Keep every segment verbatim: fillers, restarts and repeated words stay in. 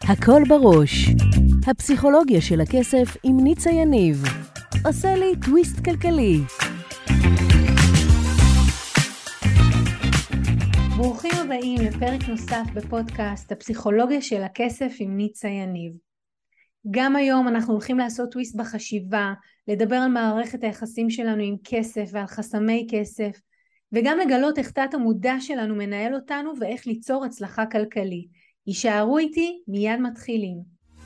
הכל בראש. הפסיכולוגיה של הכסף עם ניצה יניב. עושה לי טוויסט כלכלי. ברוכים הבאים לפרק נוסף בפודקאסט הפסיכולוגיה של הכסף עם ניצה יניב. גם היום אנחנו הולכים לעשות טוויסט בחשיבה, לדבר על מערכת היחסים שלנו עם כסף ועל חסמי כסף, וגם לגלות איך תת המודע שלנו מנהל אותנו ואיך ליצור הצלחה כלכלית. יישארו איתי, מיד מתחילים.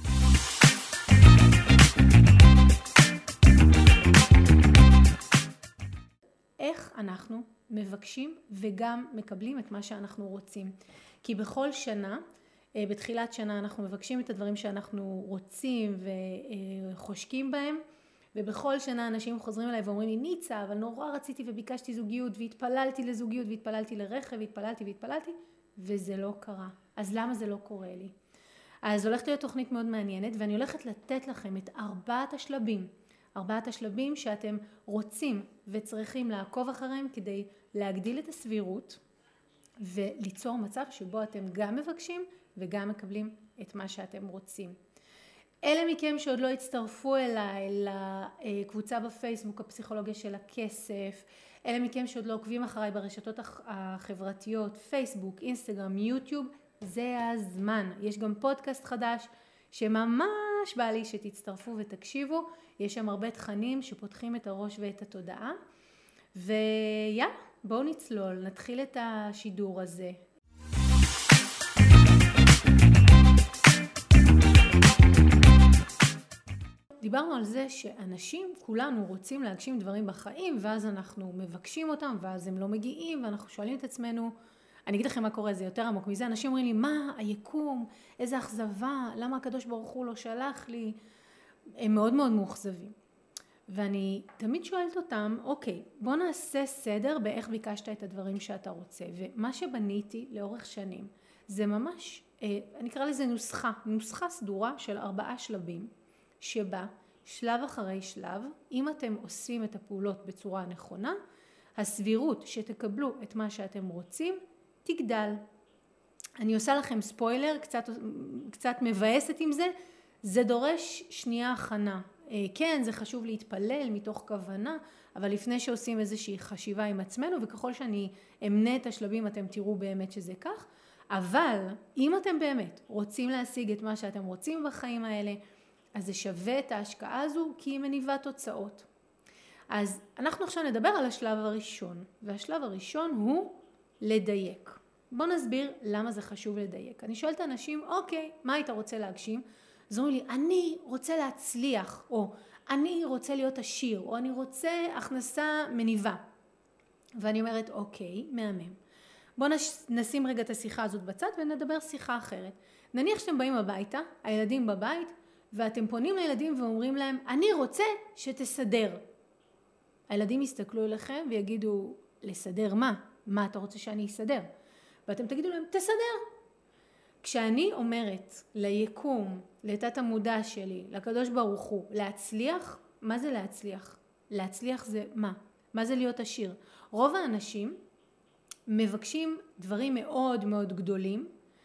איך אנחנו מבקשים וגם מקבלים את מה שאנחנו רוצים? כי בכל שנה, בתחילת שנה אנחנו מבקשים את הדברים שאנחנו רוצים וחושקים בהם, ובכל שנה אנשים חוזרים אליי ואומרים לי, ניצה, אבל נורא רציתי וביקשתי זוגיות והתפללתי לזוגיות והתפללתי לרכב והתפללתי והתפללתי וזה לא קרה. אז למה זה לא קורה לי? אז הולכת להיות תוכנית מאוד מעניינת ואני הולכת לתת לכם את ארבעת השלבים, ארבעת השלבים שאתם רוצים וצריכים לעקוב אחריהם כדי להגדיל את הסבירות וליצור מצב שבו אתם גם מבקשים וגם מקבלים את מה שאתם רוצים. אלה מכם שעוד לא הצטרפו אליי לקבוצה בפייסבוק הפסיכולוגיה של הכסף, אלה מכם שעוד לא עוקבים אחריי ברשתות החברתיות, פייסבוק, אינסטגרם, יוטיוב, זה הזמן. יש גם פודקאסט חדש שממש בא לי שתצטרפו ותקשיבו, יש שם הרבה תכנים שפותחים את הראש ואת התודעה, ויאללה, בואו נצלול, נתחיל את השידור הזה. דיברנו על זה שאנשים, כולנו רוצים להגשים דברים בחיים, ואז אנחנו מבקשים אותם, ואז הם לא מגיעים, ואנחנו שואלים את עצמנו, אני אגיד לכם מה קורה, זה יותר עמוק מזה, אנשים אומרים לי, מה, היקום, איזה אכזבה, למה הקדוש ברוך הוא לא שלח לי? הם מאוד מאוד מאוכזבים. ואני תמיד שואלת אותם, אוקיי, בוא נעשה סדר באיך ביקשת את הדברים שאתה רוצה, ומה שבניתי לאורך שנים, זה ממש, אני אקרא לזה נוסחה, נוסחה סדורה של ארבעה שלבים, שבה שלב אחרי שלב, אם אתם עושים את הפעולות בצורה נכונה, הסבירות שתקבלו את מה שאתם רוצים תגדל. אני עושה לכם ספוילר, קצת, קצת מבאסת עם זה, זה דורש שנייה הכנה. כן, זה חשוב להתפלל מתוך כוונה, אבל לפני שעושים איזושהי חשיבה עם עצמנו, וככל שאני אמנה את השלבים אתם תראו באמת שזה כך, אבל אם אתם באמת רוצים להשיג את מה שאתם רוצים בחיים האלה, אז זה שווה את ההשקעה הזו כי היא מניבה תוצאות. אז אנחנו עכשיו נדבר על השלב הראשון, והשלב הראשון הוא לדייק. בוא נסביר למה זה חשוב לדייק. אני שואלת אנשים, אוקיי, מה היית רוצה להגשים? אז אומרים לי, אני רוצה להצליח, או אני רוצה להיות עשיר, או אני רוצה הכנסה מניבה. ואני אומרת, אוקיי, מהמם. בוא נשים רגע את השיחה הזאת בצד ונדבר שיחה אחרת. נניח שאתם באים הביתה, הילדים בבית, ואתם פונים לילדים ואומרים להם, אני רוצה שתסדר. הילדים יסתכלו אליכם ויגידו, לסדר מה? מה אתה רוצה שאני אסדר? ואתם תגידו להם, תסדר. כשאני אומרת ליקום, לתת המודע שלי, לקדוש ברוך הוא, להצליח, מה זה להצליח? להצליח זה מה? מה זה להיות עשיר? רוב האנשים מבקשים דברים מאוד מאוד גדולים,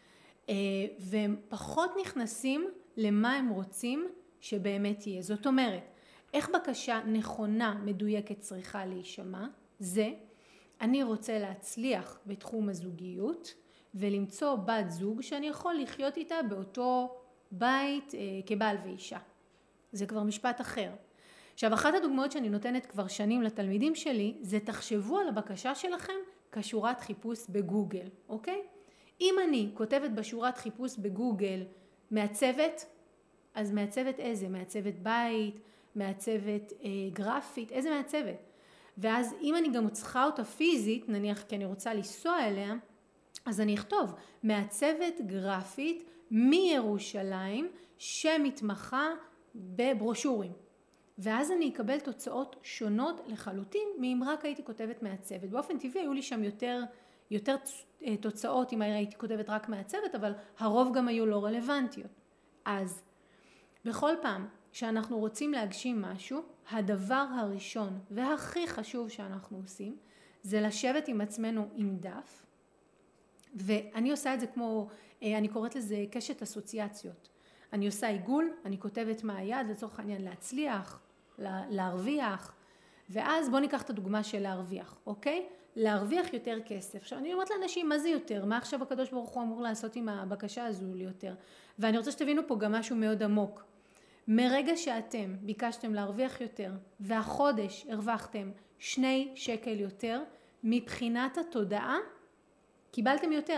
והם פחות נכנסים למה הם רוצים שבאמת יהיה. זאת אומרת, איך בקשה נכונה, מדויקת צריכה להישמע? זה, אני רוצה להצליח בתחום הזוגיות ולמצוא בת זוג שאני יכול לחיות איתה באותו בית אה, כבעל ואישה. זה כבר משפט אחר. עכשיו, אחת הדוגמאות שאני נותנת כבר שנים לתלמידים שלי, זה תחשבו על הבקשה שלכם כשורת חיפוש בגוגל, אוקיי? אם אני כותבת בשורת חיפוש בגוגל מעצבת, אז מעצבת איזה? מעצבת בית, מעצבת אה, גרפית, איזה מעצבת? ואז אם אני גם צריכה אותה פיזית, נניח כי אני רוצה לנסוע אליה, אז אני אכתוב מעצבת גרפית מירושלים שמתמחה בברושורים. ואז אני אקבל תוצאות שונות לחלוטין מאם רק הייתי כותבת מעצבת. באופן טבעי היו לי שם יותר, יותר תוצאות אם הייתי כותבת רק מעצבת, אבל הרוב גם היו לא רלוונטיות. אז בכל פעם שאנחנו רוצים להגשים משהו, הדבר הראשון והכי חשוב שאנחנו עושים, זה לשבת עם עצמנו עם דף, ואני עושה את זה כמו, אני קוראת לזה קשת אסוציאציות. אני עושה עיגול, אני כותבת מה היעד, לצורך העניין להצליח, להרוויח, ואז בוא ניקח את הדוגמה של להרוויח, אוקיי? להרוויח יותר כסף. עכשיו אני אומרת לאנשים, מה זה יותר? מה עכשיו הקדוש ברוך הוא אמור לעשות עם הבקשה הזו ליותר? ואני רוצה שתבינו פה גם משהו מאוד עמוק. מרגע שאתם ביקשתם להרוויח יותר, והחודש הרווחתם שני שקל יותר, מבחינת התודעה, קיבלתם יותר.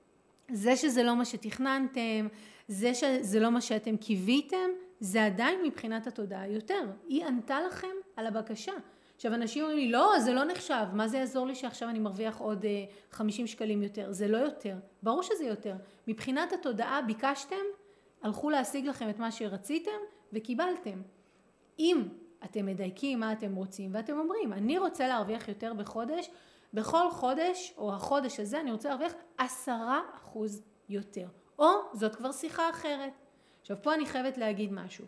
זה שזה לא מה שתכננתם, זה שזה לא מה שאתם קיוויתם, זה עדיין מבחינת התודעה יותר. היא ענתה לכם על הבקשה. עכשיו אנשים אומרים לי, לא, זה לא נחשב, מה זה יעזור לי שעכשיו אני מרוויח עוד חמישים שקלים יותר? זה לא יותר, ברור שזה יותר. מבחינת התודעה ביקשתם, הלכו להשיג לכם את מה שרציתם וקיבלתם. אם אתם מדייקים מה אתם רוצים ואתם אומרים, אני רוצה להרוויח יותר בחודש, בכל חודש או החודש הזה אני רוצה להרוויח עשרה אחוז יותר. או זאת כבר שיחה אחרת. עכשיו פה אני חייבת להגיד משהו.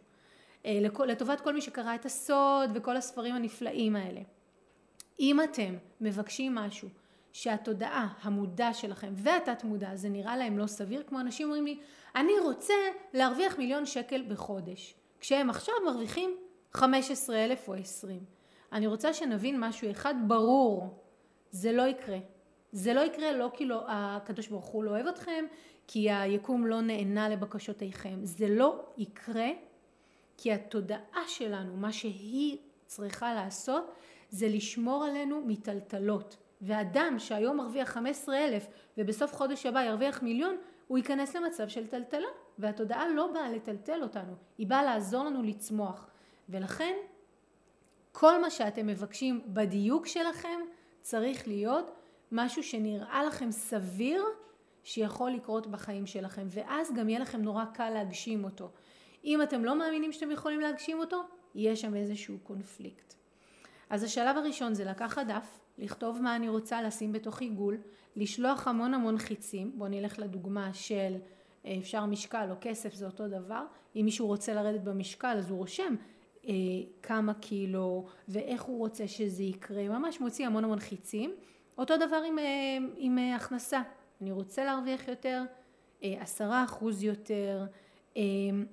לטובת כל מי שקרא את הסוד וכל הספרים הנפלאים האלה. אם אתם מבקשים משהו שהתודעה, המודע שלכם והתת מודע, זה נראה להם לא סביר, כמו אנשים אומרים לי, אני רוצה להרוויח מיליון שקל בחודש, כשהם עכשיו מרוויחים חמישה עשר אלף או עשרים. אני רוצה שנבין משהו אחד ברור, זה לא יקרה. זה לא יקרה לא כי לא, הקדוש ברוך הוא לא אוהב אתכם, כי היקום לא נענה לבקשותיכם. זה לא יקרה כי התודעה שלנו, מה שהיא צריכה לעשות, זה לשמור עלינו מטלטלות. ואדם שהיום מרוויח חמישה עשר אלף ובסוף חודש הבא ירוויח מיליון, הוא ייכנס למצב של טלטלה. והתודעה לא באה לטלטל אותנו, היא באה לעזור לנו לצמוח. ולכן, כל מה שאתם מבקשים בדיוק שלכם, צריך להיות משהו שנראה לכם סביר, שיכול לקרות בחיים שלכם. ואז גם יהיה לכם נורא קל להגשים אותו. אם אתם לא מאמינים שאתם יכולים להגשים אותו, יהיה שם איזשהו קונפליקט. אז השלב הראשון זה לקחת דף, לכתוב מה אני רוצה לשים בתוך עיגול, לשלוח המון המון חיצים. בואו נלך לדוגמה של אפשר משקל או כסף, זה אותו דבר. אם מישהו רוצה לרדת במשקל, אז הוא רושם אה, כמה קילו ואיך הוא רוצה שזה יקרה. ממש מוציא המון המון חיצים. אותו דבר עם, אה, עם אה, הכנסה. אני רוצה להרוויח יותר, אה, עשרה אחוז יותר. אה,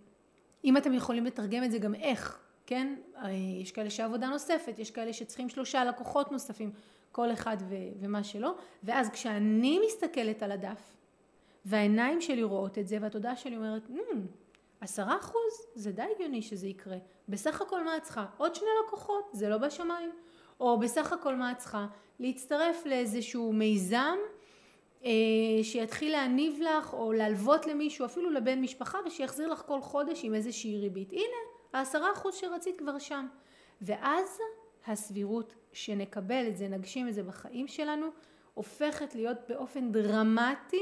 אם אתם יכולים לתרגם את זה גם איך, כן? אה, יש כאלה שעבודה נוספת, יש כאלה שצריכים שלושה לקוחות נוספים, כל אחד ו- ומה שלא. ואז כשאני מסתכלת על הדף, והעיניים שלי רואות את זה, והתודעה שלי אומרת, עשרה אחוז, זה די הגיוני שזה יקרה. בסך הכל מה את צריכה? עוד שני לקוחות, זה לא בשמיים. או בסך הכל מה את צריכה? להצטרף לאיזשהו מיזם, אה, שיתחיל להניב לך, או להלוות למישהו, אפילו לבן משפחה, ושיחזיר לך כל חודש עם איזושהי ריבית. הנה, העשרה אחוז שרצית כבר שם. ואז הסבירות שנקבל את זה, נגשים את זה בחיים שלנו, הופכת להיות באופן דרמטי,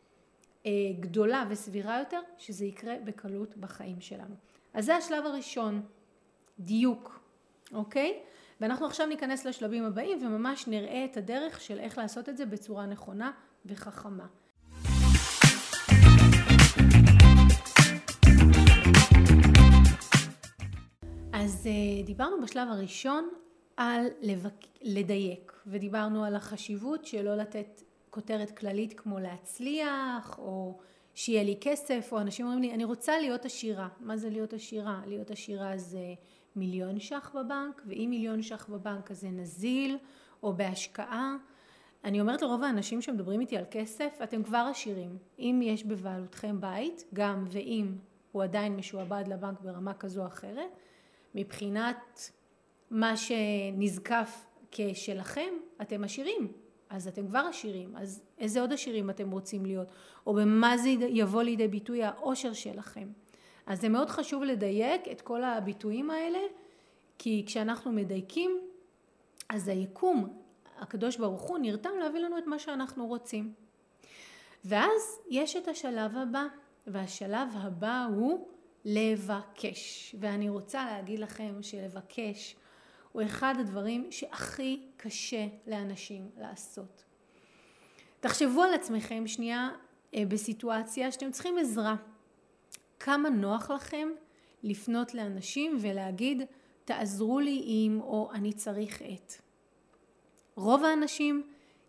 גדולה וסבירה יותר, שזה יקרה בקלות בחיים שלנו. אז זה השלב הראשון, דיוק, אוקיי? ואנחנו עכשיו ניכנס לשלבים הבאים, וממש נראה את הדרך של איך לעשות את זה בצורה נכונה וחכמה. אז דיברנו בשלב הראשון על לדייק, ודיברנו על החשיבות שלא לתת כותרת כללית כמו להצליח, או שיהיה לי כסף, או אנשים אומרים לי, אני רוצה להיות עשירה. מה זה להיות עשירה? להיות עשירה זה מיליון שח בבנק, ואם מיליון שח בבנק אז זה נזיל, או בהשקעה. אני אומרת לרוב האנשים שמדברים איתי על כסף, אתם כבר עשירים. אם יש בבעלותכם בית, גם ואם הוא עדיין משועבד לבנק ברמה כזו או אחרת, מבחינת מה שנזקף כשלכם, אתם עשירים. אז אתם כבר עשירים, אז איזה עוד עשירים אתם רוצים להיות? או במה זה יבוא לידי ביטוי העושר שלכם? אז זה מאוד חשוב לדייק את כל הביטויים האלה, כי כשאנחנו מדייקים, אז היקום, הקדוש ברוך הוא, נרתם להביא לנו את מה שאנחנו רוצים. ואז יש את השלב הבא, והשלב הבא הוא לבקש. ואני רוצה להגיד לכם שלבקש הוא אחד הדברים שהכי קשה לאנשים לעשות. תחשבו על עצמכם שנייה בסיטואציה שאתם צריכים עזרה. כמה נוח לכם לפנות לאנשים ולהגיד, תעזרו לי עם או אני צריך את. רוב האנשים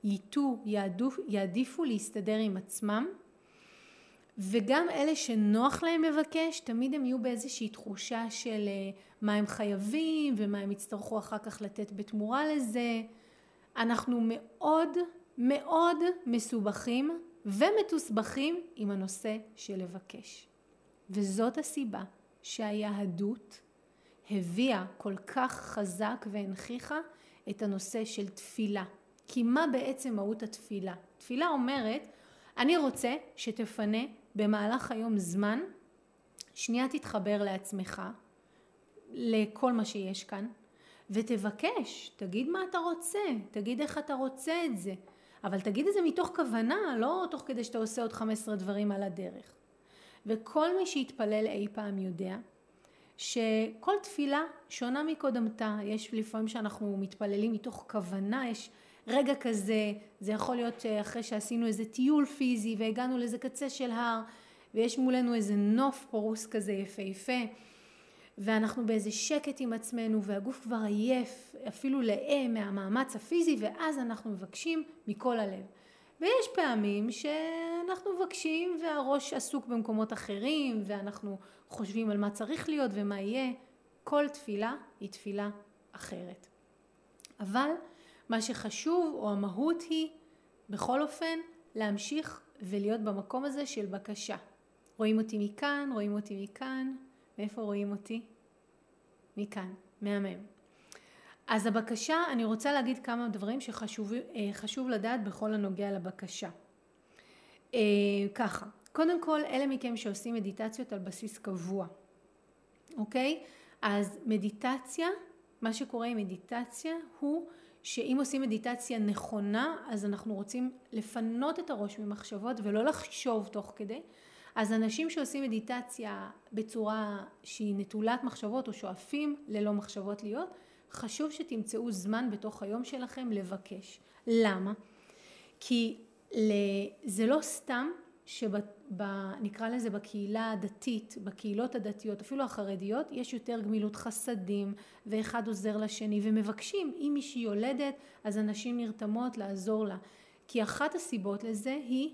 ייתו, יעדוף, יעדיפו להסתדר עם עצמם, וגם אלה שנוח להם לבקש, תמיד הם יהיו באיזושהי תחושה של מה הם חייבים ומה הם יצטרכו אחר כך לתת בתמורה לזה. אנחנו מאוד מאוד מסובכים ומתוסבכים עם הנושא של לבקש. וזאת הסיבה שהיהדות הביאה כל כך חזק והנכיחה את הנושא של תפילה. כי מה בעצם מהות התפילה? תפילה אומרת, אני רוצה שתפנה במהלך היום זמן, שנייה תתחבר לעצמך, לכל מה שיש כאן, ותבקש, תגיד מה אתה רוצה, תגיד איך אתה רוצה את זה, אבל תגיד את זה מתוך כוונה, לא תוך כדי שאתה עושה עוד חמישה עשר דברים על הדרך. וכל מי שיתפלל אי פעם יודע, שכל תפילה שונה מקודמתה. יש לפעמים שאנחנו מתפללים מתוך כוונה, יש רגע כזה, זה יכול להיות אחרי שעשינו איזה טיול פיזי והגענו לאיזה קצה של הר, ויש מולנו איזה נוף פרוס כזה יפהפה, ואנחנו באיזה שקט עם עצמנו, והגוף כבר עייף, אפילו לאה מהמאמץ הפיזי, ואז אנחנו מבקשים מכל הלב. ויש פעמים שאנחנו מבקשים והראש עסוק במקומות אחרים, ואנחנו חושבים על מה צריך להיות ומה יהיה. כל תפילה היא תפילה אחרת. אבל מה שחשוב, או המהות היא, בכל אופן, להמשיך ולהיות במקום הזה של בקשה. רואים אותי מכאן, רואים אותי מכאן. מאיפה רואים אותי? מכאן, מהמם. אז הבקשה, אני רוצה להגיד כמה דברים שחשוב חשוב לדעת בכל הנוגע לבקשה. ככה, קודם כל, אלה מכם שעושים מדיטציות על בסיס קבוע. אוקיי? אז מדיטציה, מה שקורה עם מדיטציה הוא שאם עושים מדיטציה נכונה, אז אנחנו רוצים לפנות את הראש ממחשבות ולא לחשוב תוך כדי. אז אנשים שעושים מדיטציה בצורה שהיא נטולת מחשבות או שואפים ללא מחשבות להיות, חשוב שתמצאו זמן בתוך היום שלכם לבקש. למה? כי זה לא סתם שנקרא לזה בקהילה הדתית, בקהילות הדתיות, אפילו החרדיות, יש יותר גמילות חסדים, ואחד עוזר לשני, ומבקשים, אם מישהי יולדת, אז אנשים נרתמות לעזור לה. כי אחת הסיבות לזה היא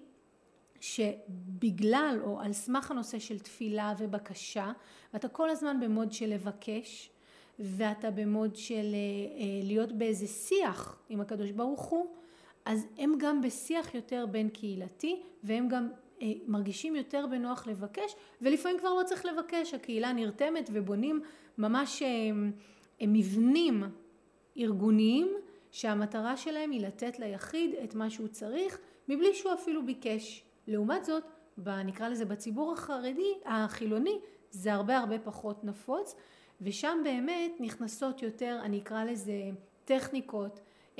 שבגלל או על סמך הנושא של תפילה ובקשה, ואתה כל הזמן במוד של לבקש, ואתה במוד של להיות באיזה שיח עם הקדוש ברוך הוא, אז הם גם בשיח יותר בין קהילתי, והם גם אה, מרגישים יותר בנוח לבקש, ולפעמים כבר לא צריך לבקש, הקהילה נרתמת ובונים ממש אה, אה, מבנים ארגוניים, שהמטרה שלהם היא לתת ליחיד את מה שהוא צריך, מבלי שהוא אפילו ביקש. לעומת זאת, נקרא לזה בציבור החרדי, החילוני, זה הרבה הרבה פחות נפוץ, ושם באמת נכנסות יותר, אני אקרא לזה טכניקות,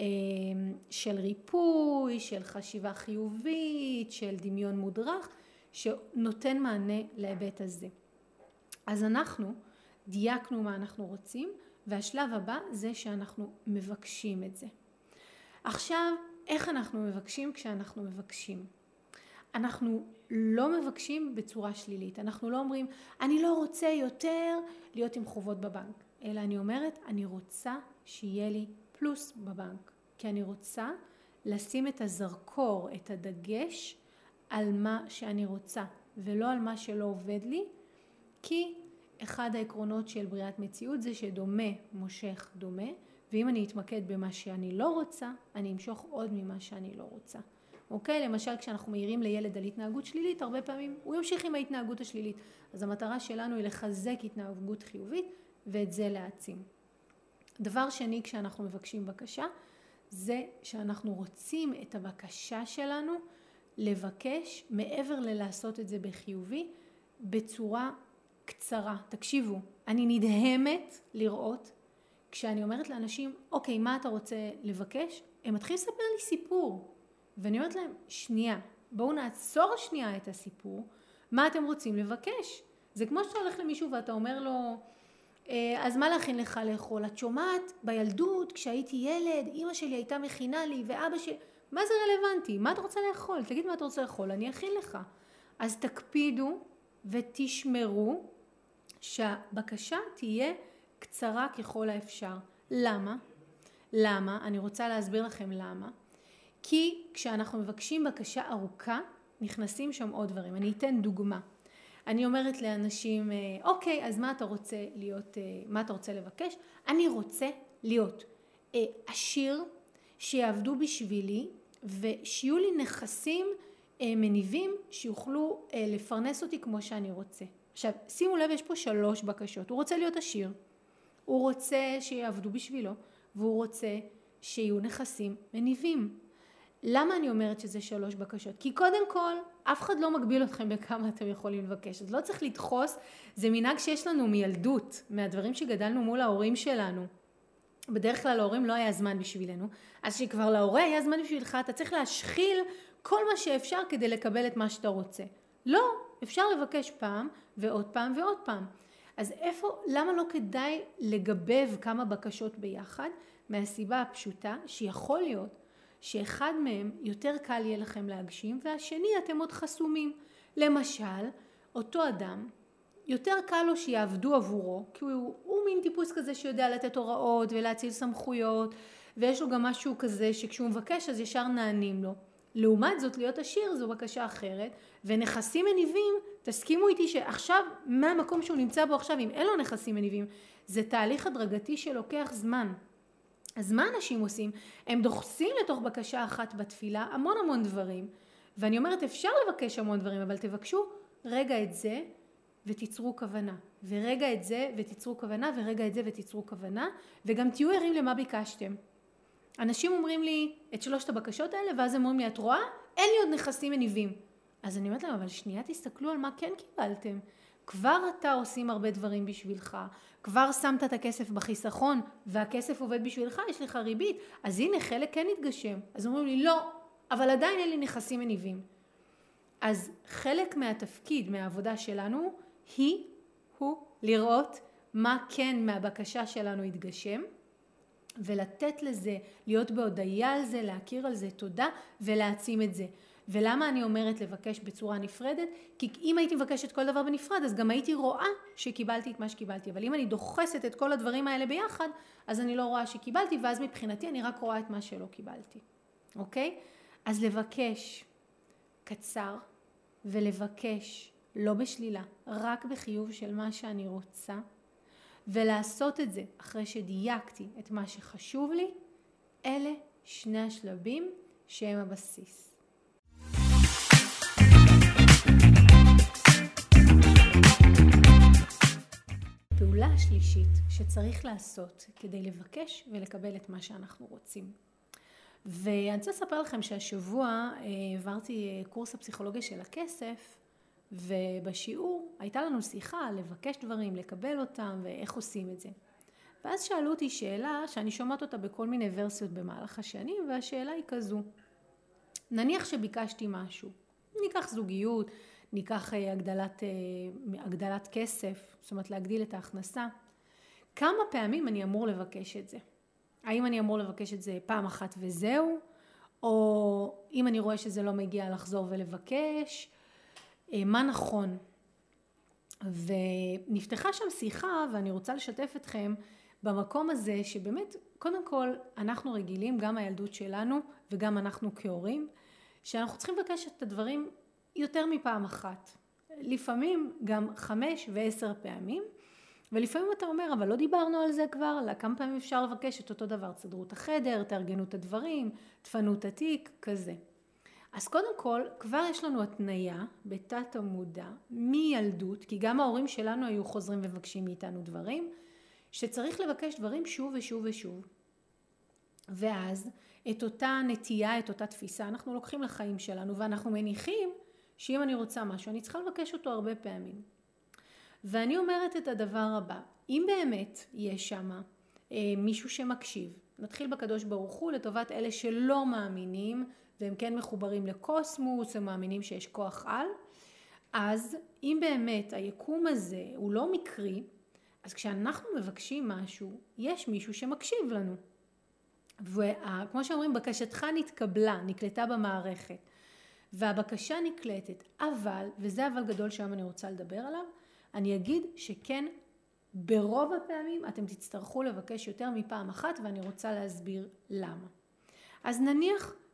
של ריפוי, של חשיבה חיובית, של דמיון מודרך, שנותן מענה להיבט הזה. אז אנחנו דייקנו מה אנחנו רוצים, והשלב הבא זה שאנחנו מבקשים את זה. עכשיו, איך אנחנו מבקשים כשאנחנו מבקשים? אנחנו לא מבקשים בצורה שלילית. אנחנו לא אומרים, אני לא רוצה יותר להיות עם חובות בבנק, אלא אני אומרת, אני רוצה שיהיה לי פלוס בבנק, כי אני רוצה לשים את הזרקור, את הדגש על מה שאני רוצה, ולא על מה שלא עובד לי, כי אחד העקרונות של בריאת מציאות זה שדומה מושך דומה, ואם אני אתמקד במה שאני לא רוצה, אני אמשוך עוד ממה שאני לא רוצה. אוקיי? למשל, כשאנחנו מעירים לילד על התנהגות שלילית, הרבה פעמים הוא ימשיך עם ההתנהגות השלילית. אז המטרה שלנו היא לחזק התנהגות חיובית, ואת זה להעצים. דבר שני, כשאנחנו מבקשים בקשה, זה שאנחנו רוצים את הבקשה שלנו לבקש, מעבר ללעשות את זה בחיובי, בצורה קצרה. תקשיבו, אני נדהמת לראות, כשאני אומרת לאנשים, אוקיי, מה אתה רוצה לבקש? הם מתחילים לספר לי סיפור. ואני אומרת להם, שנייה, בואו נעצור שנייה את הסיפור, מה אתם רוצים לבקש? זה כמו שאתה הולך למישהו ואתה אומר לו, אז מה להכין לך לאכול? את שומעת בילדות, כשהייתי ילד, אמא שלי הייתה מכינה לי ואבא שלי, מה זה רלוונטי? מה אתה רוצה לאכול? תגיד מה אתה רוצה לאכול, אני אכין לך. אז תקפידו ותשמרו שהבקשה תהיה קצרה ככל האפשר. למה? למה? אני רוצה להסביר לכם למה. כי כשאנחנו מבקשים בקשה ארוכה, נכנסים שם עוד דברים. אני אתן דוגמה. אני אומרת לאנשים, אוקיי, אז מה אתה רוצה להיות, מה אתה רוצה לבקש? אני רוצה להיות עשיר, שיעבדו בשבילי, ושיהיו לי נכסים מניבים, שיוכלו לפרנס אותי כמו שאני רוצה. עכשיו, שימו לב, יש פה שלוש בקשות. הוא רוצה להיות עשיר, הוא רוצה שיעבדו בשבילו, והוא רוצה שיהיו נכסים מניבים. למה אני אומרת שזה שלוש בקשות? כי קודם כל, אף אחד לא מגביל אתכם בכמה אתם יכולים לבקש. אז לא צריך לדחוס, זה מנהג שיש לנו מילדות, מהדברים שגדלנו מול ההורים שלנו. בדרך כלל להורים לא היה זמן בשבילנו, אז שכבר להורה היה זמן בשבילך, אתה צריך להשחיל כל מה שאפשר כדי לקבל את מה שאתה רוצה. לא, אפשר לבקש פעם ועוד פעם ועוד פעם. אז איפה, למה לא כדאי לגבב כמה בקשות ביחד? מהסיבה הפשוטה שיכול להיות שאחד מהם יותר קל יהיה לכם להגשים, והשני אתם עוד חסומים. למשל, אותו אדם, יותר קל לו שיעבדו עבורו, כי הוא, הוא מין טיפוס כזה שיודע לתת הוראות ולהציל סמכויות, ויש לו גם משהו כזה שכשהוא מבקש אז ישר נענים לו. לעומת זאת, להיות עשיר זו בקשה אחרת, ונכסים מניבים, תסכימו איתי שעכשיו, מהמקום שהוא נמצא בו עכשיו, אם אין לו נכסים מניבים, זה תהליך הדרגתי שלוקח זמן. אז מה אנשים עושים? הם דוחסים לתוך בקשה אחת בתפילה המון המון דברים, ואני אומרת, אפשר לבקש המון דברים, אבל תבקשו רגע את זה ותיצרו כוונה, ורגע את זה ותיצרו כוונה, ורגע את זה ותיצרו כוונה, וגם תהיו ערים למה ביקשתם. אנשים אומרים לי את שלושת הבקשות האלה, ואז הם אומרים לי, את רואה? אין לי עוד נכסים מניבים. אז אני אומרת להם, אבל שנייה תסתכלו על מה כן קיבלתם. כבר אתה עושים הרבה דברים בשבילך, כבר שמת את הכסף בחיסכון, והכסף עובד בשבילך, יש לך ריבית, אז הנה חלק כן יתגשם. אז אומרים לי, לא, אבל עדיין אין לי נכסים מניבים. אז חלק מהתפקיד, מהעבודה שלנו, היא, הוא, לראות מה כן מהבקשה שלנו יתגשם, ולתת לזה, להיות בהודעה על זה, להכיר על זה תודה, ולהעצים את זה. ולמה אני אומרת לבקש בצורה נפרדת? כי אם הייתי מבקשת כל דבר בנפרד, אז גם הייתי רואה שקיבלתי את מה שקיבלתי. אבל אם אני דוחסת את כל הדברים האלה ביחד, אז אני לא רואה שקיבלתי, ואז מבחינתי אני רק רואה את מה שלא קיבלתי. אוקיי? אז לבקש קצר, ולבקש לא בשלילה, רק בחיוב של מה שאני רוצה, ולעשות את זה אחרי שדייקתי את מה שחשוב לי, אלה שני השלבים שהם הבסיס. הפעולה השלישית שצריך לעשות כדי לבקש ולקבל את מה שאנחנו רוצים. ואני רוצה לספר לכם שהשבוע העברתי קורס הפסיכולוגיה של הכסף, ובשיעור הייתה לנו שיחה לבקש דברים, לקבל אותם ואיך עושים את זה. ואז שאלו אותי שאלה שאני שומעת אותה בכל מיני ורסיות במהלך השנים, והשאלה היא כזו. נניח שביקשתי משהו, ניקח זוגיות, ניקח הגדלת, הגדלת כסף, זאת אומרת להגדיל את ההכנסה. כמה פעמים אני אמור לבקש את זה? האם אני אמור לבקש את זה פעם אחת וזהו? או אם אני רואה שזה לא מגיע לחזור ולבקש? מה נכון? ונפתחה שם שיחה, ואני רוצה לשתף אתכם במקום הזה שבאמת, קודם כל, אנחנו רגילים, גם הילדות שלנו וגם אנחנו כהורים, שאנחנו צריכים לבקש את הדברים יותר מפעם אחת. לפעמים גם חמש ועשר פעמים, ולפעמים אתה אומר, אבל לא דיברנו על זה כבר, לכמה פעמים אפשר לבקש את אותו דבר, תסדרו את החדר, תארגנו את הדברים, תפנו את התיק, כזה. אז קודם כל, כבר יש לנו התניה בתת המודע מילדות, כי גם ההורים שלנו היו חוזרים ומבקשים מאיתנו דברים, שצריך לבקש דברים שוב ושוב ושוב. ואז את אותה נטייה, את אותה תפיסה, אנחנו לוקחים לחיים שלנו, ואנחנו מניחים שאם אני רוצה משהו, אני צריכה לבקש אותו הרבה פעמים. ואני אומרת את הדבר הבא, אם באמת יש שם אה, מישהו שמקשיב, נתחיל בקדוש ברוך הוא לטובת אלה שלא מאמינים, והם כן מחוברים לקוסמוס, הם מאמינים שיש כוח על, אז אם באמת היקום הזה הוא לא מקרי, אז כשאנחנו מבקשים משהו, יש מישהו שמקשיב לנו. וכמו שאומרים, בקשתך נתקבלה, נקלטה במערכת, והבקשה נקלטת, אבל, וזה אבל גדול שהיום אני רוצה לדבר עליו, אני אגיד שכן, ברוב הפעמים אתם תצטרכו לבקש יותר מפעם אחת, ואני רוצה להסביר למה. אז נניח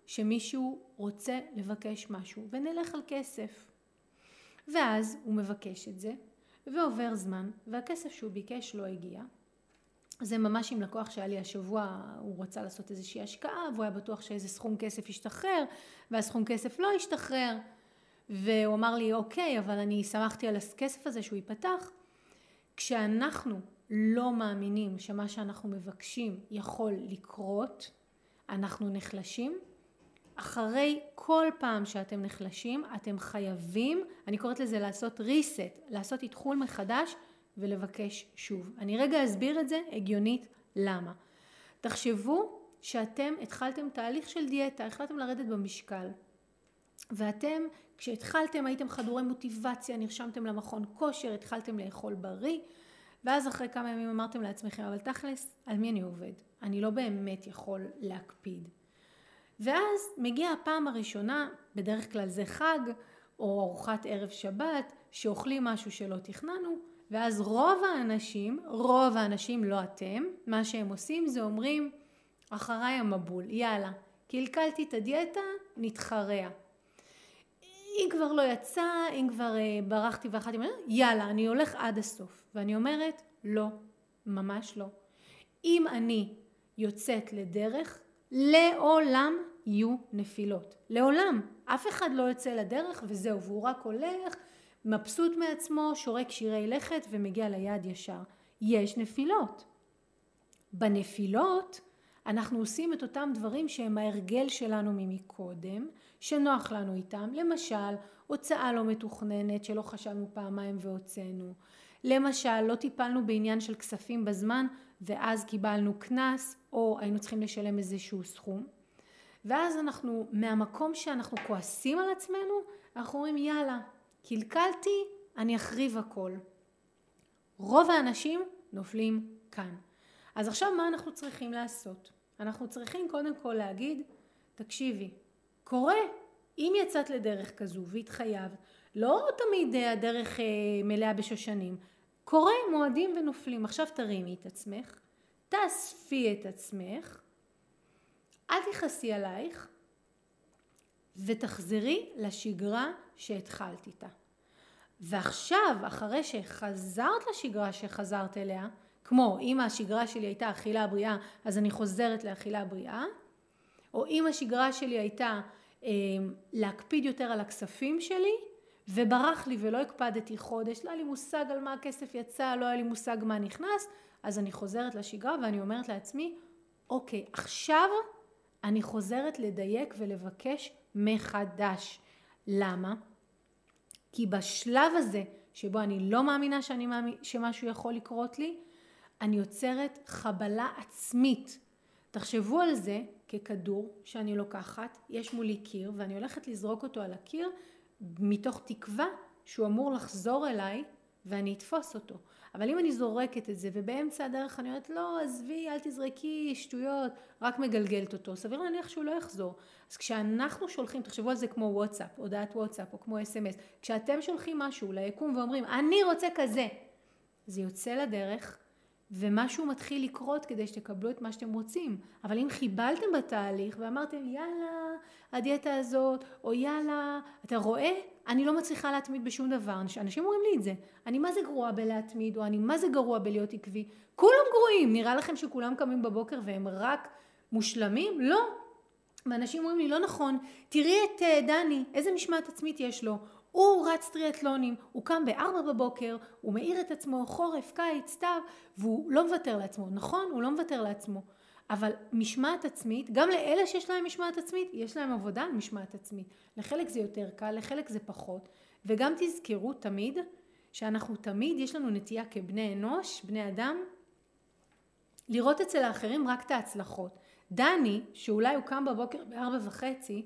שמישהו רוצה לבקש משהו, ונלך על כסף. ואז הוא מבקש את זה, ועובר זמן, והכסף שהוא ביקש לא הגיע. זה ממש עם לקוח שהיה לי השבוע, הוא רצה לעשות איזושהי השקעה, והוא היה בטוח שאיזה סכום כסף ישתחרר, והסכום כסף לא ישתחרר, והוא אמר לי, אוקיי, אבל אני שמחתי על הכסף הזה שהוא ייפתח. כשאנחנו לא מאמינים שמה שאנחנו מבקשים יכול לקרות, אנחנו נחלשים. אחרי כל פעם שאתם נחלשים, אתם חייבים, אני קוראת לזה לעשות ריסט, לעשות התחול מחדש ולבקש שוב. אני רגע אסביר את זה הגיונית למה. תחשבו שאתם התחלתם תהליך של דיאטה, החלטתם לרדת במשקל, ואתם כשהתחלתם הייתם חדורי מוטיבציה, נרשמתם למכון כושר, התחלתם לאכול בריא, ואז אחרי כמה ימים אמרתם לעצמכם, אבל תכלס, על מי אני עובד? אני לא באמת יכול להקפיד. ואז מגיעה הפעם הראשונה, בדרך כלל זה חג או ארוחת ערב שבת, שאוכלים משהו שלא תכננו, ואז רוב האנשים, רוב האנשים לא אתם, מה שהם עושים זה אומרים, אחריי המבול, יאללה, קלקלתי את הדיאטה, נתחרע. אם כבר לא יצא, אם כבר uh, ברחתי ואחת, יאללה, אני הולך עד הסוף. ואני אומרת, לא, ממש לא. אם אני יוצאת לדרך, לעולם יהיו נפילות. לעולם. אף אחד לא יוצא לדרך וזהו, והוא רק הולך, מבסוט מעצמו, שורק שירי לכת ומגיע ליעד ישר. יש נפילות. בנפילות אנחנו עושים את אותם דברים שהם ההרגל שלנו ממקודם, שנוח לנו איתם. למשל, הוצאה לא מתוכננת שלא חשבנו פעמיים והוצאנו. למשל, לא טיפלנו בעניין של כספים בזמן ואז קיבלנו קנס או היינו צריכים לשלם איזשהו סכום. ואז אנחנו, מהמקום שאנחנו כועסים על עצמנו, אנחנו אומרים יאללה, קלקלתי, אני אחריב הכל. רוב האנשים נופלים כאן. אז עכשיו מה אנחנו צריכים לעשות? אנחנו צריכים קודם כל להגיד, תקשיבי, קורה, אם יצאת לדרך כזו והתחייבת, לא תמיד הדרך מלאה בשושנים, קורה מועדים ונופלים. עכשיו תרימי את עצמך, תאספי את עצמך, אל תכעסי עלייך, ותחזרי לשגרה שהתחלת איתה. ועכשיו, אחרי שחזרת לשגרה שחזרת אליה, כמו אם השגרה שלי הייתה אכילה בריאה, אז אני חוזרת לאכילה בריאה, או אם השגרה שלי הייתה אה, להקפיד יותר על הכספים שלי, וברח לי ולא הקפדתי חודש, לא היה לי מושג על מה הכסף יצא, לא היה לי מושג מה נכנס, אז אני חוזרת לשגרה ואני אומרת לעצמי, אוקיי, עכשיו אני חוזרת לדייק ולבקש מחדש. למה? כי בשלב הזה, שבו אני לא מאמינה שאני מאמין, שמשהו יכול לקרות לי, אני יוצרת חבלה עצמית. תחשבו על זה ככדור שאני לוקחת, יש מולי קיר ואני הולכת לזרוק אותו על הקיר, מתוך תקווה שהוא אמור לחזור אליי ואני אתפוס אותו. אבל אם אני זורקת את זה ובאמצע הדרך אני אומרת, לא, עזבי, אל תזרקי, שטויות, רק מגלגלת אותו, סביר להניח שהוא לא יחזור. אז כשאנחנו שולחים, תחשבו על זה כמו וואטסאפ, הודעת וואטסאפ או כמו אס אם אס, כשאתם שולחים משהו ליקום ואומרים, אני רוצה כזה, זה יוצא לדרך ומשהו מתחיל לקרות כדי שתקבלו את מה שאתם רוצים. אבל אם חיבלתם בתהליך ואמרתם, יאללה, הדיאטה הזאת, או יאללה, אתה רואה? אני לא מצליחה להתמיד בשום דבר. אנשים אומרים לי את זה. אני מה זה גרוע בלהתמיד, או אני מה זה גרוע בלהיות עקבי. כולם גרועים. נראה לכם שכולם קמים בבוקר והם רק מושלמים? לא. ואנשים אומרים לי, לא נכון. תראי את דני, איזה משמעת עצמית יש לו. הוא רץ טריאטלונים, הוא קם בארבע בבוקר, הוא מאיר את עצמו, חורף, קיץ, סתיו, והוא לא מוותר לעצמו. נכון, הוא לא מוותר לעצמו. אבל משמעת עצמית, גם לאלה שיש להם משמעת עצמית, יש להם עבודה על משמעת עצמית. לחלק זה יותר קל, לחלק זה פחות. וגם תזכרו תמיד, שאנחנו תמיד, יש לנו נטייה כבני אנוש, בני אדם, לראות אצל האחרים רק את ההצלחות. דני, שאולי הוא קם בבוקר בארבע וחצי,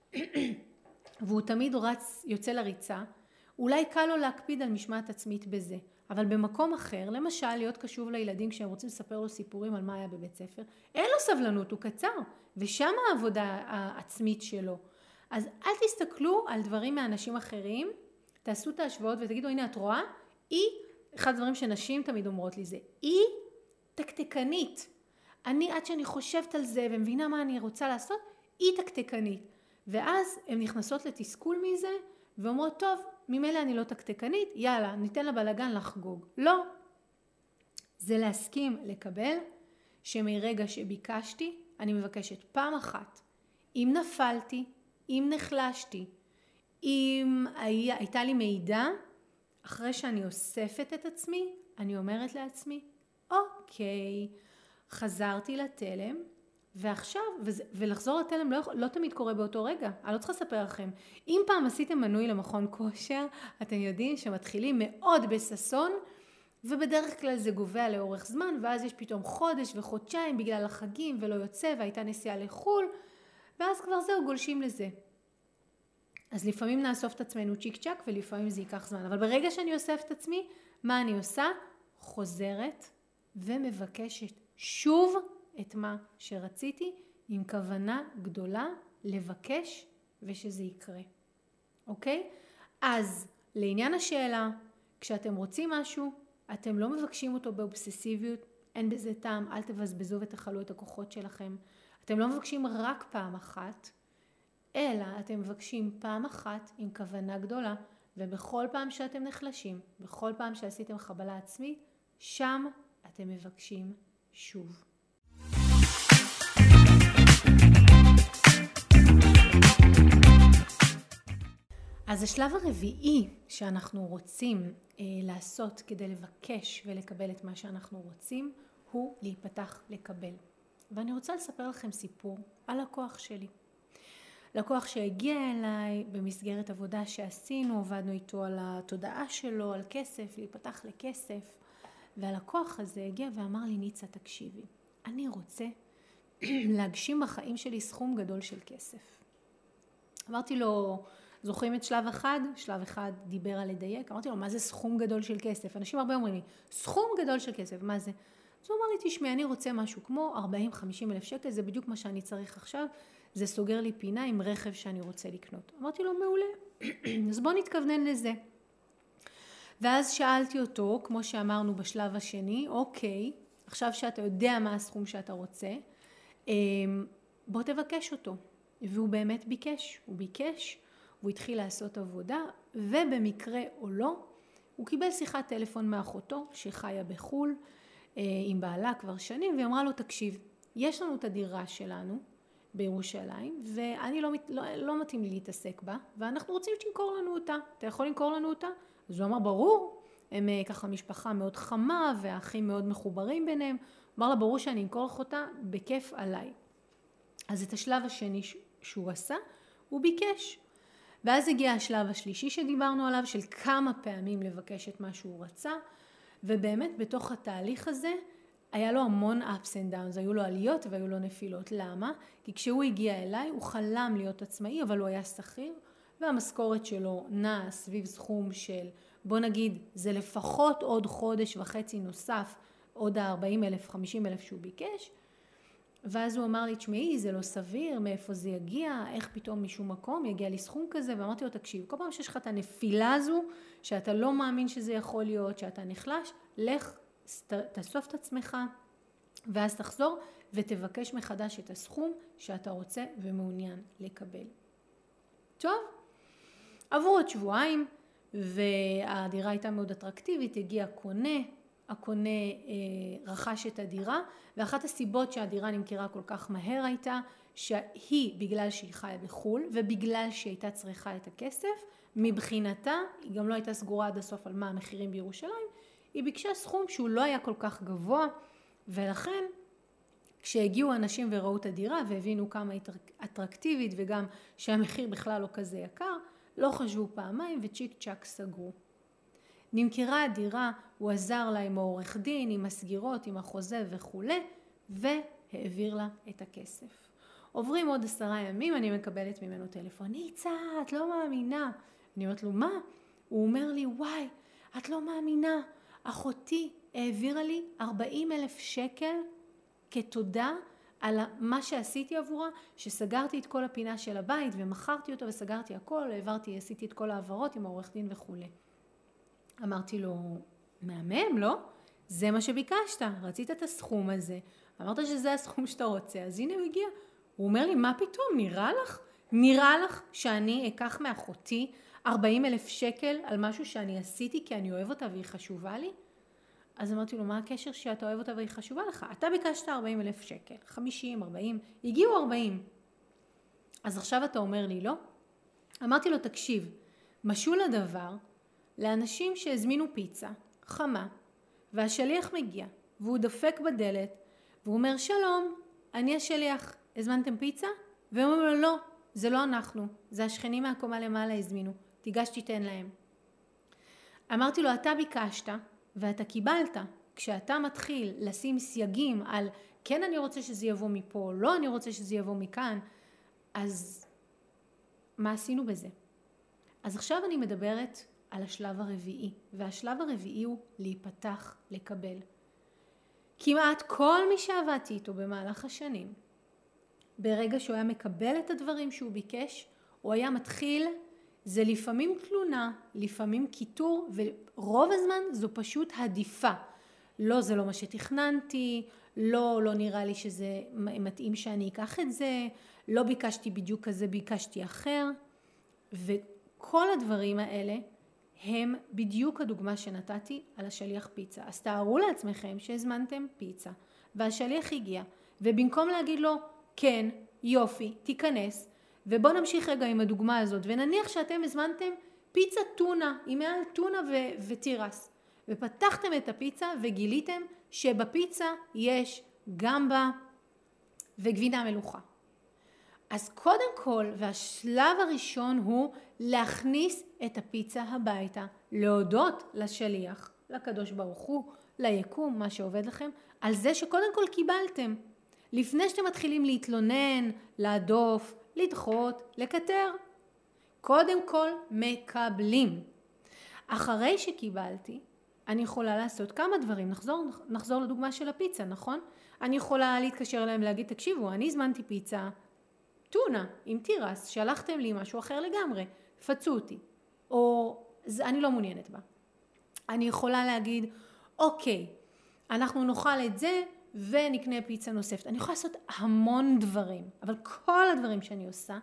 והוא תמיד רץ, יוצא לריצה, אולי קל לו להקפיד על משמעת עצמית בזה. אבל במקום אחר, למשל, להיות קשוב לילדים כשהם רוצים לספר לו סיפורים על מה היה בבית ספר, אין לו סבלנות, הוא קצר, ושם העבודה העצמית שלו. אז אל תסתכלו על דברים מאנשים אחרים, תעשו את ההשוואות ותגידו, הנה את רואה, היא, אחד הדברים שנשים תמיד אומרות לי זה, היא תקתקנית. אני, עד שאני חושבת על זה ומבינה מה אני רוצה לעשות, היא תקתקנית. ואז הן נכנסות לתסכול מזה, ואומרות, טוב, ממילא אני לא תקתקנית, יאללה, ניתן לבלגן לחגוג. לא. זה להסכים לקבל שמרגע שביקשתי, אני מבקשת פעם אחת. אם נפלתי, אם נחלשתי, אם היה, הייתה לי מידע, אחרי שאני אוספת את עצמי, אני אומרת לעצמי, אוקיי, חזרתי לתלם, ועכשיו, וזה, ולחזור לתלם לא, לא תמיד קורה באותו רגע, אני לא צריכה לספר לכם. אם פעם עשיתם מנוי למכון כושר, אתם יודעים שמתחילים מאוד בססון, ובדרך כלל זה גובע לאורך זמן, ואז יש פתאום חודש וחודשיים בגלל החגים ולא יוצא, והייתה נסיעה לחול, ואז כבר זהו, גולשים לזה. אז לפעמים נאסוף את עצמנו צ'יק צ'ק, ולפעמים זה ייקח זמן. אבל ברגע שאני אוסף את עצמי, מה אני עושה? חוזרת ומבקשת שוב את מה שרציתי, עם כוונה גדולה לבקש ושזה יקרה. אוקיי? אז לעניין השאלה, כשאתם רוצים משהו, אתם לא מבקשים אותו באובססיביות, אין בזה טעם, אל תבזבזו ותחלו את הכוחות שלכם. אתם לא מבקשים רק פעם אחת, אלא אתם מבקשים פעם אחת עם כוונה גדולה, ובכל פעם שאתם נחלשים, בכל פעם שעשיתם חבלה עצמית, שם אתם מבקשים שוב. אז השלב הרביעי שאנחנו רוצים אה, לעשות כדי לבקש ולקבל את מה שאנחנו רוצים, הוא להיפתח לקבל. ואני רוצה לספר לכם סיפור על לקוח שלי. לקוח שהגיע אליי במסגרת עבודה שעשינו, עבדנו איתו על התודעה שלו, על כסף, להיפתח לכסף. והלקוח הזה הגיע ואמר לי, ניצה, תקשיבי, אני רוצה להגשים בחיים שלי סכום גדול של כסף. אמרתי לו, זוכרים את שלב אחד? שלב אחד דיבר על לדייק. אמרתי לו, מה זה סכום גדול של כסף? אנשים הרבה אומרים לי, סכום גדול של כסף, מה זה? אז הוא אמר לי, תשמעי, אני רוצה משהו כמו ארבעים חמישים אלף שקל, זה בדיוק מה שאני צריך עכשיו, זה סוגר לי פינה עם רכב שאני רוצה לקנות. אמרתי לו, מעולה, אז בוא נתכוונן לזה. ואז שאלתי אותו, כמו שאמרנו בשלב השני, אוקיי, עכשיו שאתה יודע מה הסכום שאתה רוצה, בוא תבקש אותו. והוא באמת ביקש, הוא ביקש, הוא התחיל לעשות עבודה, ובמקרה או לא, הוא קיבל שיחת טלפון מאחותו שחיה בחול, עם בעלה כבר שנים, והיא אמרה לו, תקשיב, יש לנו את הדירה שלנו בירושלים, ואני לא, לא, לא מתאים לי להתעסק בה, ואנחנו רוצים שתמכור לנו אותה. אתה יכול למכור לנו אותה? אז הוא אמר, ברור, הם ככה משפחה מאוד חמה, והאחים מאוד מחוברים ביניהם. הוא אמר לה, ברור שאני אמכור לך אותה, בכיף עליי. אז את השלב השני שהוא עשה, הוא ביקש. ואז הגיע השלב השלישי שדיברנו עליו, של כמה פעמים לבקש את מה שהוא רצה, ובאמת בתוך התהליך הזה, היה לו המון ups and downs, היו לו עליות והיו לו נפילות. למה? כי כשהוא הגיע אליי, הוא חלם להיות עצמאי, אבל הוא היה שכיר, והמשכורת שלו נעה סביב סכום של, בוא נגיד, זה לפחות עוד חודש וחצי נוסף, עוד ה-ארבעים אלף, חמישים אלף שהוא ביקש, ואז הוא אמר לי, תשמעי, זה לא סביר, מאיפה זה יגיע, איך פתאום משום מקום יגיע לי סכום כזה, ואמרתי לו, תקשיב, כל פעם שיש לך את הנפילה הזו, שאתה לא מאמין שזה יכול להיות, שאתה נחלש, לך, תאסוף את עצמך, ואז תחזור ותבקש מחדש את הסכום שאתה רוצה ומעוניין לקבל. טוב, עברו עוד שבועיים, והדירה הייתה מאוד אטרקטיבית, הגיע קונה, הקונה אה, רכש את הדירה, ואחת הסיבות שהדירה נמכרה כל כך מהר הייתה, שהיא בגלל שהיא חיה בחול, ובגלל שהיא הייתה צריכה את הכסף, מבחינתה, היא גם לא הייתה סגורה עד הסוף על מה המחירים בירושלים, היא ביקשה סכום שהוא לא היה כל כך גבוה, ולכן כשהגיעו אנשים וראו את הדירה והבינו כמה היא אטרקטיבית, וגם שהמחיר בכלל לא כזה יקר, לא חשבו פעמיים וצ'יק צ'ק סגרו. נמכרה הדירה, הוא עזר לה עם העורך דין, עם הסגירות, עם החוזה וכו', והעביר לה את הכסף. עוברים עוד עשרה ימים, אני מקבלת ממנו טלפון, ניצה, את לא מאמינה. אני אומרת לו, מה? הוא אומר לי, וואי, את לא מאמינה. אחותי העבירה לי ארבעים אלף שקל כתודה על מה שעשיתי עבורה, שסגרתי את כל הפינה של הבית ומכרתי אותו וסגרתי הכל, העברתי, עשיתי את כל העברות עם העורך דין וכו'. אמרתי לו, מהמם, לא? זה מה שביקשת, רצית את הסכום הזה, אמרת שזה הסכום שאתה רוצה, אז הנה הוא הגיע. הוא אומר לי, מה פתאום, נראה לך? נראה לך שאני אקח מאחותי ארבעים אלף שקל על משהו שאני עשיתי כי אני אוהב אותה והיא חשובה לי? אז אמרתי לו, מה הקשר שאתה אוהב אותה והיא חשובה לך? אתה ביקשת ארבעים אלף שקל, חמישים, ארבעים, הגיעו ארבעים. אז עכשיו אתה אומר לי, לא? אמרתי לו, תקשיב, משול הדבר לאנשים שהזמינו פיצה, חמה, והשליח מגיע, והוא דופק בדלת, והוא אומר, שלום, אני השליח, הזמנתם פיצה? והוא אומר לו, לא, זה לא אנחנו, זה השכנים מהקומה למעלה הזמינו, תיגש תיתן להם. אמרתי לו, אתה ביקשת ואתה קיבלת. כשאתה מתחיל לשים סייגים על כן אני רוצה שזה יבוא מפה, לא אני רוצה שזה יבוא מכאן, אז מה עשינו בזה? אז עכשיו אני מדברת על השלב הרביעי, והשלב הרביעי הוא להיפתח, לקבל. כמעט כל מי שעבדתי איתו במהלך השנים, ברגע שהוא היה מקבל את הדברים שהוא ביקש, הוא היה מתחיל, זה לפעמים תלונה, לפעמים קיטור, ורוב הזמן זו פשוט עדיפה. לא, זה לא מה שתכננתי, לא, לא נראה לי שזה מתאים שאני אקח את זה, לא ביקשתי בדיוק כזה, ביקשתי אחר, וכל הדברים האלה הם בדיוק הדוגמה שנתתי על השליח פיצה. אז תארו לעצמכם שהזמנתם פיצה, והשליח הגיע, ובמקום להגיד לו, כן, יופי, תיכנס, ובוא נמשיך רגע עם הדוגמה הזאת, ונניח שאתם הזמנתם פיצה טונה, עם מעל טונה ו- וטירס, ופתחתם את הפיצה וגיליתם שבפיצה יש גמבה וגבינה מלוכה. אז קודם כל, והשלב הראשון הוא להכניס את הפיצה הביתה, להודות לשליח, לקדוש ברוך הוא, ליקום, מה שעובד לכם, על זה שקודם כל קיבלתם. לפני שאתם מתחילים להתלונן, להדוף, לדחות, לקטר. קודם כל מקבלים. אחרי שקיבלתי, אני יכולה לעשות כמה דברים. נחזור, נחזור לדוגמה של הפיצה, נכון? אני יכולה להתקשר אליהם להגיד, תקשיבו, אני הזמנתי פיצה, טונה עם טירס, שלחתם לי משהו אחר לגמרי, פצו אותי. או אני לא מעוניינת בה. אני יכולה להגיד, אוקיי, אנחנו נאכל את זה, ונקנה פיצה נוספת. אני יכולה לעשות המון דברים, אבל כל הדברים שאני עושה,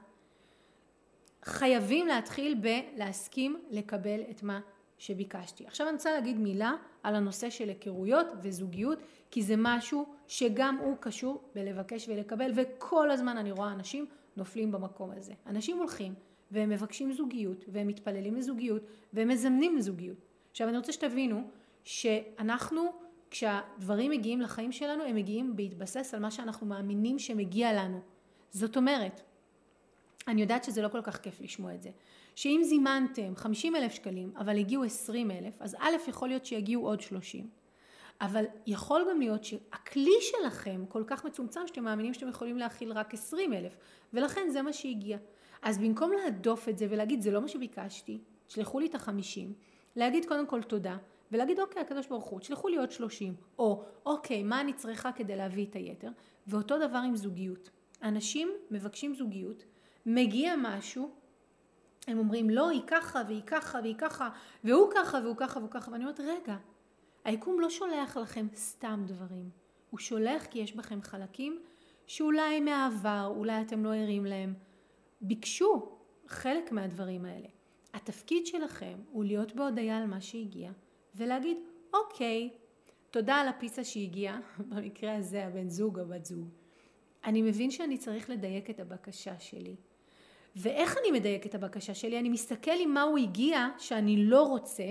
חייבים להתחיל בלהסכים לקבל את מה שביקשתי. עכשיו אני רוצה להגיד מילה על הנושא של היכרויות וזוגיות, כי זה משהו שגם הוא קשור בלבקש ולקבל, וכל הזמן אני רואה אנשים נופלים במקום הזה. אנשים הולכים והם מבקשים זוגיות, והם מתפללים לזוגיות, והם מזמנים לזוגיות. עכשיו אני רוצה שתבינו שאנחנו, כשהדברים מגיעים לחיים שלנו, הם מגיעים בהתבסס על מה שאנחנו מאמינים שמגיע לנו. זאת אומרת, אני יודעת שזה לא כל כך כיף לשמוע את זה, שאם זימנתם חמישים אלף שקלים, אבל הגיעו עשרים אלף, אז א' יכול להיות שיגיעו עוד שלושים. אבל יכול גם להיות שהכלי שלכם כל כך מצומצם, שאתם מאמינים שאתם יכולים להכיל רק עשרים אלף, ולכן זה מה שהגיע. אז במקום להדוף את זה ולהגיד, זה לא מה שביקשתי, תשלחו לי את החמישים, להגיד קודם כל תודה, ולהגיד, אוקיי, הקדוש ברוך הוא, תשלחו לי עוד שלושים, או, אוקיי, מה אני צריכה כדי להביא את היתר? ואותו דבר עם זוגיות. אנשים מבקשים זוגיות, מגיע משהו, הם אומרים, לא, היא ככה, והיא ככה, והיא ככה, והוא ככה, והוא ככה, והוא ככה, ואני אומרת, רגע, היקום לא שולח לכם סתם דברים. הוא שולח כי יש בכם חלקים שאולי מהעבר, אולי אתם לא ערים להם. ביקשו חלק מהדברים האלה. התפקיד שלכם הוא להיות בהודעה על מה שהגיע, ולהגיד, אוקיי, תודה על הפיצה שהגיעה, במקרה הזה הבן זוג או בת זוג. אני מבין שאני צריך לדייק את הבקשה שלי. ואיך אני מדייק את הבקשה שלי? אני מסתכל עם מה הוא הגיע שאני לא רוצה,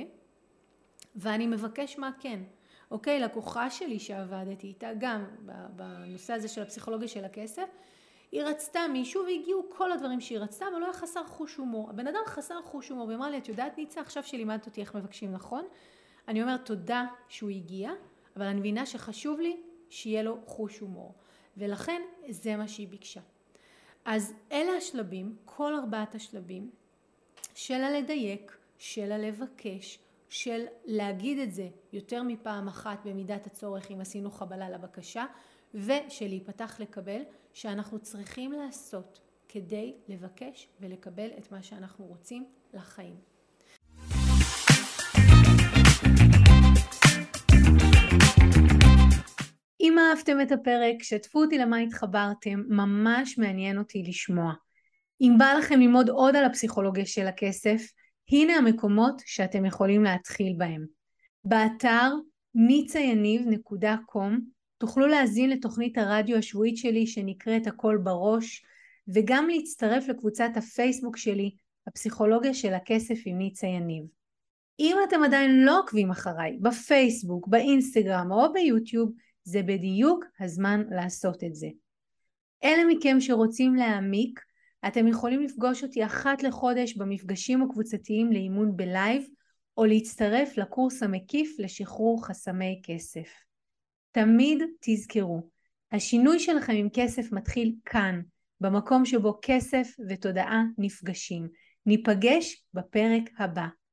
ואני מבקש מה כן. אוקיי, לקוחה שלי שעבדתי איתה גם בנושא הזה של הפסיכולוגיה של הכסף, היא רצתה מישהו והגיעו כל הדברים שהיא רצתה, אבל לא היה חסר חוש הומור. הבן אדם חסר חוש הומור, ואמרה לי, את יודעת ניצה, עכשיו שלימדת אותי איך מבקשים נכון? אני אומרת תודה שהוא הגיע, אבל אני מבינה שחשוב לי שיהיה לו חוש הומור. ולכן זה מה שהיא ביקשה. אז אלה השלבים, כל ארבעת השלבים, של הלדייק, של הלבקש, של להגיד את זה יותר מפעם אחת במידת הצורך אם עשינו חבלה לבקשה, ושל להיפתח לקבל, שאנחנו צריכים לעשות כדי לבקש ולקבל את מה שאנחנו רוצים לחיים. אם אהבתם את הפרק, שתפו אותי למה התחברתם, ממש מעניין אותי לשמוע. אם בא לכם ללמוד עוד על הפסיכולוגיה של הכסף, הנה המקומות שאתם יכולים להתחיל בהם. באתר ניצה יניב נקודה קום תוכלו להזין לתוכנית הרדיו השבועית שלי שנקראת הכל בראש, וגם להצטרף לקבוצת הפייסבוק שלי, הפסיכולוגיה של הכסף עם ניצה יניב. אם אתם עדיין לא עוקבים אחריי בפייסבוק, באינסטגרם או ביוטיוב, זה בדיוק הזמן לעשות את זה. אלה מכם שרוצים להעמיק, אתם יכולים לפגוש אותי אחת לחודש במפגשים הקבוצתיים לאימון בלייב, או להצטרף לקורס המקיף לשחרור חסמי כסף. תמיד תזכרו, השינוי שלכם עם כסף מתחיל כאן, במקום שבו כסף ותודעה נפגשים. ניפגש בפרק הבא.